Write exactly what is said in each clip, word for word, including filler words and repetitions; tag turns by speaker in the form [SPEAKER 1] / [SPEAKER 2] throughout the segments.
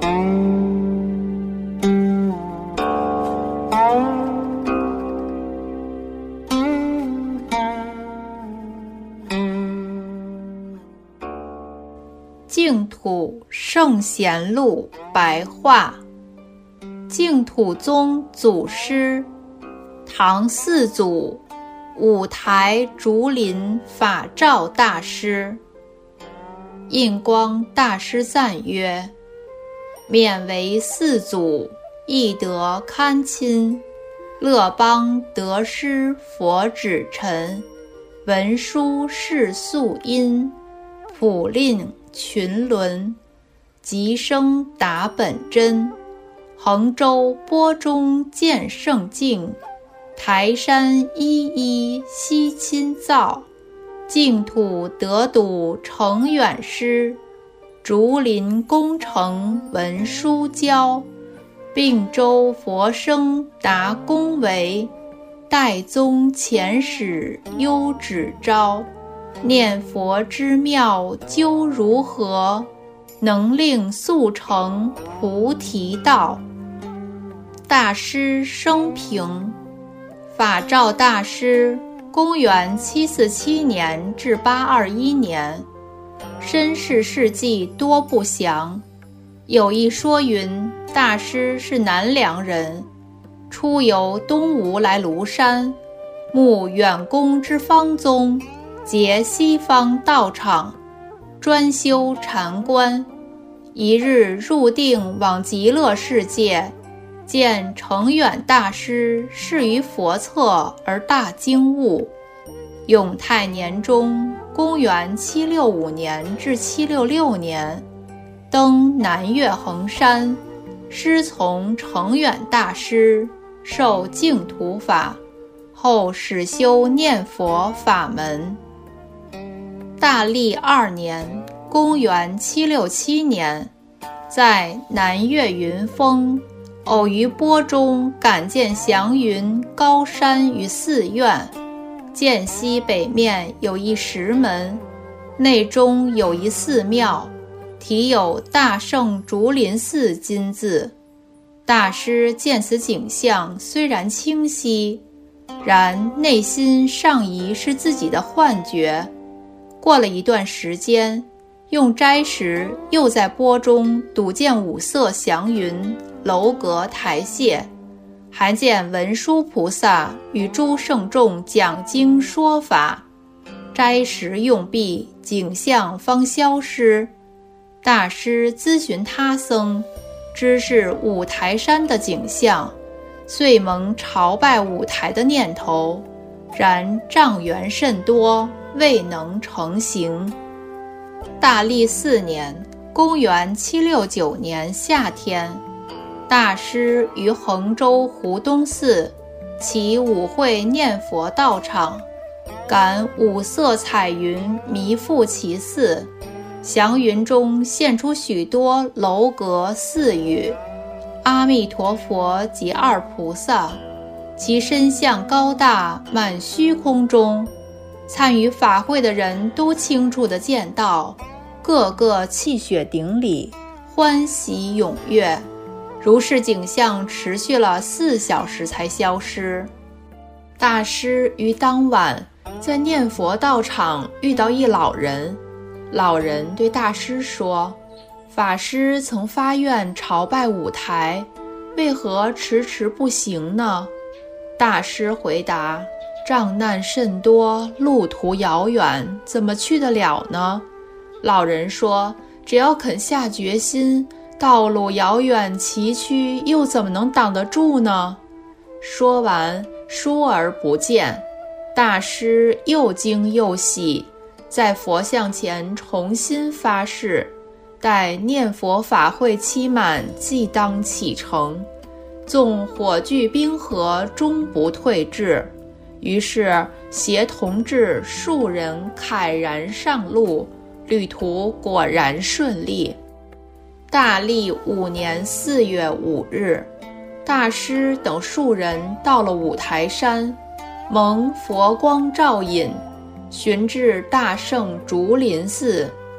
[SPEAKER 1] 净土圣贤录白话。净土宗祖师，唐四祖五台竹林法照大师。印光大师赞曰：勉为四祖，懿德堪亲，乐邦得失佛指陈，文殊是素因，普令群伦，即生达本真。衡州钵中见圣境，台山一一悉亲造，净土得笃成远师，竹林功成文殊教，并州佛生达恭维，代宗前史优指招，念佛之妙究如何，能令速成菩提道。大师生平。法照大师公元七四七年至八二一年，身世事迹多不详。有一说云，大师是南梁人，初由东吴来庐山，慕远公之方宗，结西方道场，专修禅观。一日入定往极乐世界，见成远大师示于佛侧而大惊悟。永泰年中，公元七六五年至七六六年，登南岳衡山，师从成远大师，受净土法，后始修念佛法门。大历二年，公元七六七年，在南岳云峰，偶于钵中感见祥云高山与寺院，见西北面有一石门，内中有一寺庙，题有大圣竹林寺金字。大师见此景象虽然清晰，然内心尚疑是自己的幻觉。过了一段时间，用斋时又在钵中睹见五色祥云楼阁台榭，还见文殊菩萨与诸圣众讲经说法。斋时用毕，景象方消失。大师咨询他僧，知是五台山的景象，遂萌朝拜五台的念头，然障缘甚多，未能成行。大历四年，公元七六九年夏天，大师于衡州湖东寺起五会念佛道场，感五色彩云弥覆其寺，祥云中现出许多楼阁寺宇，阿弥陀佛及二菩萨，其身相高大，满虚空中。参与法会的人都清楚地见到，个个气血顶礼，欢喜踊跃。如是景象持续了四小时才消失。大师于当晚在念佛道场遇到一老人，老人对大师说：法师曾发愿朝拜五台，为何迟迟不行呢？大师回答：障难甚多，路途遥远，怎么去得了呢？老人说：只要肯下决心，道路遥远崎岖，又怎么能挡得住呢？说完，疏而不见。大师又惊又喜，在佛像前重新发誓，待念佛法会期满，即当启程，纵火炬冰河，终不退至。于是携同志数人慨然上路，旅途果然顺利。大历五年四月五日，大师等数人到了五台山，蒙佛光照引，寻至大圣竹林寺，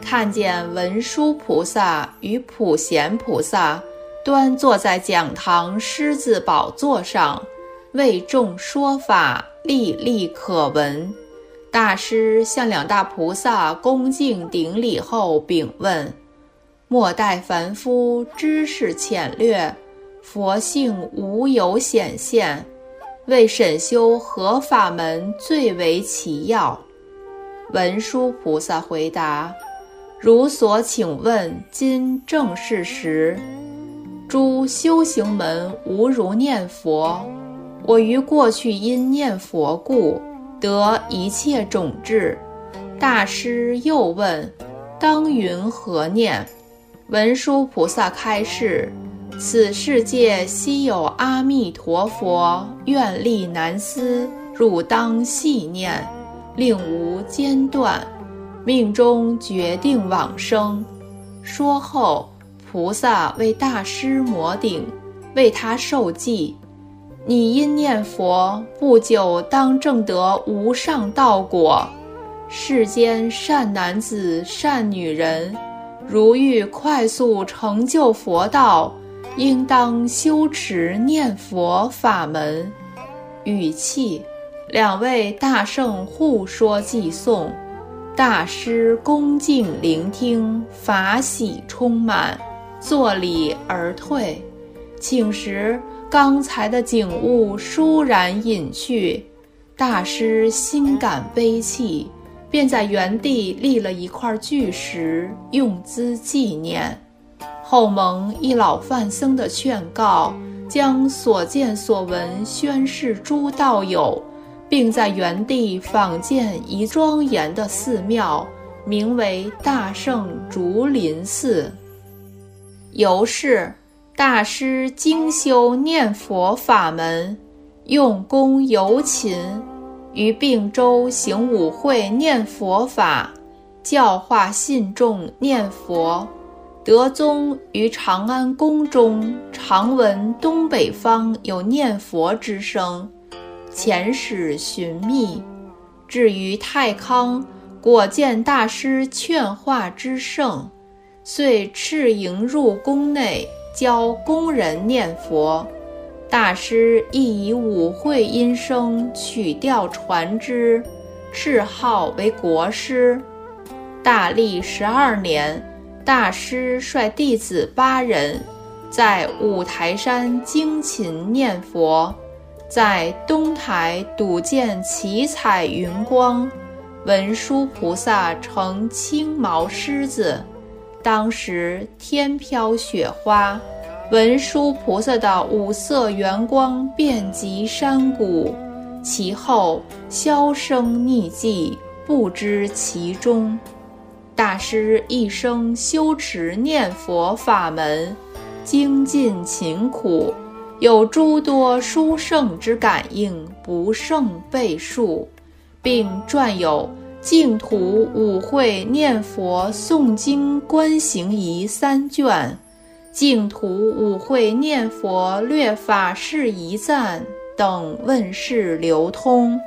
[SPEAKER 1] 看见文殊菩萨与普贤菩萨端坐在讲堂狮子宝座上，为众说法，历历可闻。大师向两大菩萨恭敬顶礼后禀问：末代凡夫知识浅略，佛性无有显现，为审修何法门最为其要？文殊菩萨回答：如所请问，今正是时。诸修行门无如念佛，我于过去因念佛故，得一切种智。大师又问：当云何念？文殊菩萨开示：此世界悉有阿弥陀佛，愿力难思，汝当细念，令无间断，命中决定往生。说后，菩萨为大师摩顶，为他受记：你因念佛，不久当证得无上道果。世间善男子善女人，如欲快速成就佛道，应当修持念佛法门。语气，两位大圣互说偈颂，大师恭敬聆听，法喜充满，作礼而退。请时，刚才的景物倏然隐去，大师心感悲戚，便在原地立了一块巨石，用资纪念。后蒙一老梵僧的劝告，将所见所闻宣示诸道友，并在原地仿建一庄严的寺庙，名为大圣竹林寺。由是大师精修念佛法门，用功尤勤，于并州行五会念佛法，教化信众念佛。德宗于长安宫中常闻东北方有念佛之声，遣使寻觅，至于太康，果见大师劝化之盛，遂敕迎入宫内，教宫人念佛。大师亦以五会音声曲调传之，敕号为国师。大历十二年，大师率弟子八人，在五台山精勤念佛，在东台睹见奇彩云光，文殊菩萨乘青毛狮子，当时天飘雪花，文殊菩萨的五色圆光遍及山谷，其后销声匿迹，不知其中。大师一生修持念佛法门，精进勤苦，有诸多殊胜之感应，不胜倍数，并撰有净土五会念佛诵经观行仪三卷，净土五会念佛略法事宜赞等问世流通。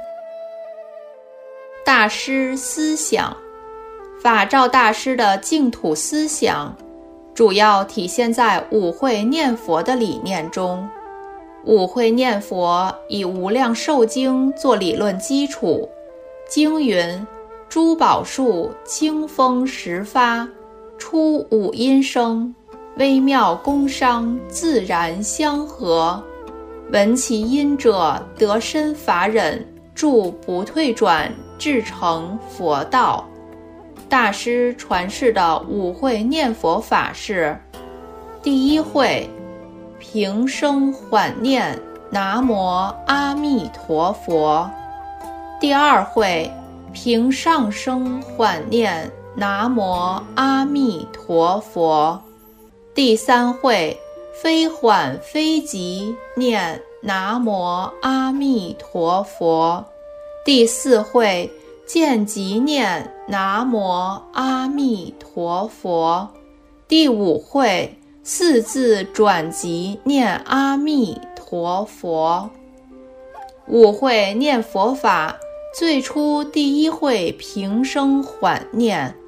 [SPEAKER 1] 大师思想，法照大师的净土思想主要体现在五会念佛的理念中。五会念佛以无量寿经做理论基础，经云：诸宝树清风时发，出五音声，微妙工商，自然相合。闻其音者，得身法忍，住不退转，至成佛道。大师传世的五会念佛法是：第一会，平声缓念南无阿弥陀佛；第二会，平上声缓念南无阿弥陀佛；第三会，非缓非急念南无阿弥陀佛；第四会，见即念南无阿弥陀佛；第五会，四字转即念阿弥陀佛。五会念佛法最初第一会平声缓念，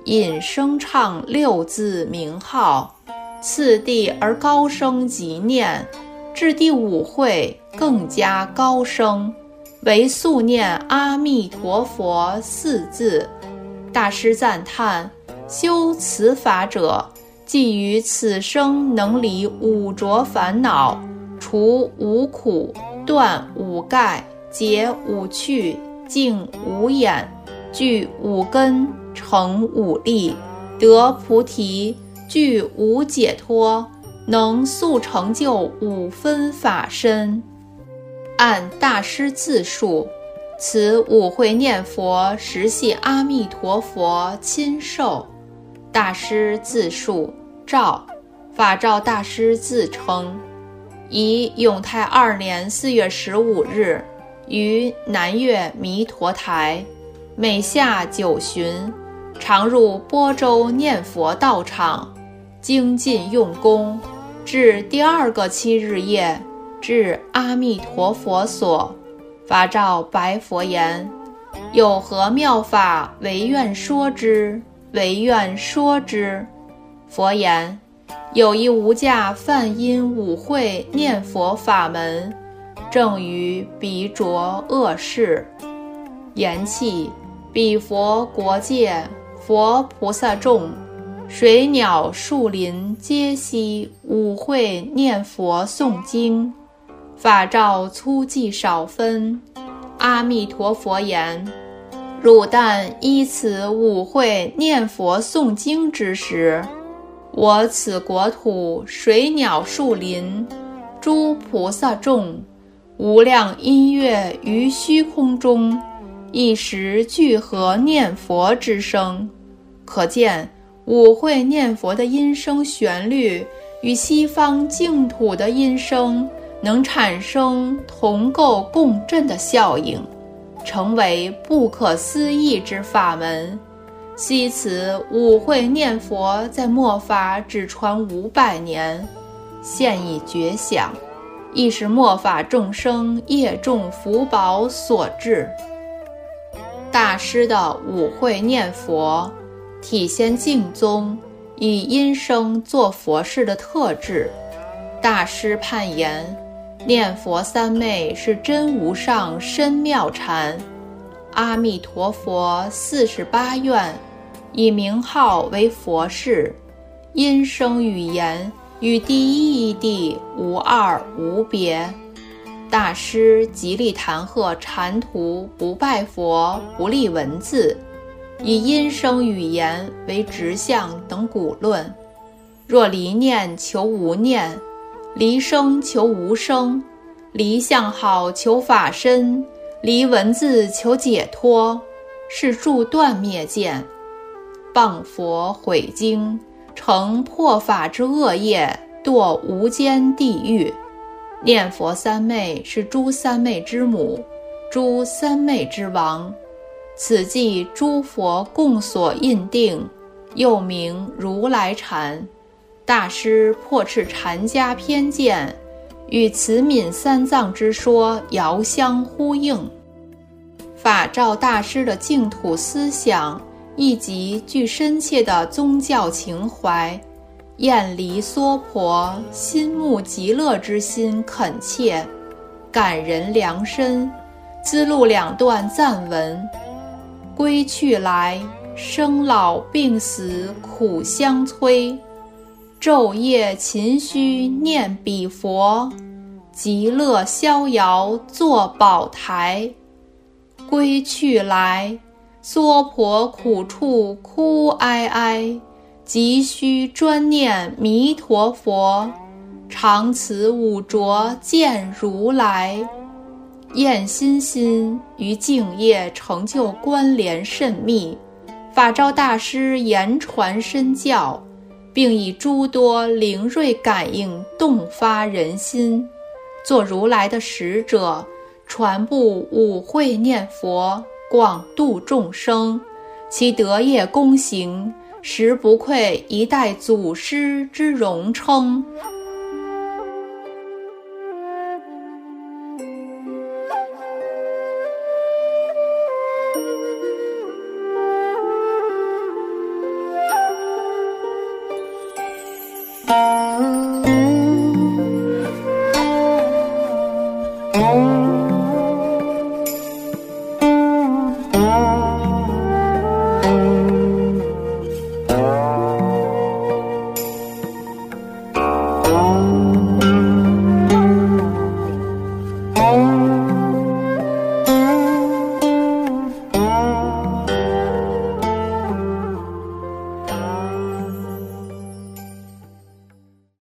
[SPEAKER 1] 引声唱六字名号，次第而高声即念，至第五会更加高声，为速念阿弥陀佛四字。大师赞叹，修此法者，即于此生能离五浊烦恼，除五苦，断五盖，解五趣，净五眼，具五根，成五力，得菩提，具五解脱，能速成就五分法身。按大师自述，此五会念佛实系阿弥陀佛亲授。大师自述赵，法照大师自称，以永泰二年四月十五日于南岳弥陀台，每下九旬，常入播州念佛道场，精进用功，至第二个七日夜，至阿弥陀佛所，法照白佛言：有何妙法，唯愿说之，唯愿说之。佛言：有一无价梵音五会念佛法门，正于彼浊恶世。言讫，彼佛国界，佛菩萨众，水鸟树林皆悉五会念佛诵经。法照粗记少分。阿弥陀佛言：汝但依此五会念佛诵经之时，我此国土水鸟树林，诸菩萨众，无量音乐于虚空中，一时聚合念佛之声。可见五会念佛的音声旋律与西方净土的音声能产生同构共振的效应，成为不可思议之法门。昔此五会念佛在末法只传五百年，现已绝响，亦是末法众生业重福薄所致。大师的五会念佛体现净宗以音声做佛事的特质。大师判言，念佛三昧是真无上深妙禅，阿弥陀佛四十八愿，以名号为佛事，音声语言与第一义谛无二无别。大师极力弹劾禅徒不拜佛不立文字，以音声语言为直相等古论。若离念求无念，离声求无声，离相好求法身，离文字求解脱，是助断灭见。谤佛毁经，成破法之恶业，堕无间地狱。念佛三昧是诸三昧之母，诸三昧之王，此即诸佛共所印定，又名如来禅。大师破斥禅家偏见，与慈悯三藏之说遥相呼应。法照大师的净土思想亦即具深切的宗教情怀，厌离娑婆，心慕极乐之心恳切，感人良深。资录两段赞文：归去来，生老病死苦相催，昼夜勤须念彼佛，极乐逍遥坐宝台。归去来，娑婆苦处哭哀哀，急须专念弥陀佛，常此五浊见如来。厌心心与净业成就关联甚密，法照大师言传身教，并以诸多灵锐感应动发人心，做如来的使者，传布五会念佛，广度众生，其德业功行，实不愧一代祖师之荣称。 拜。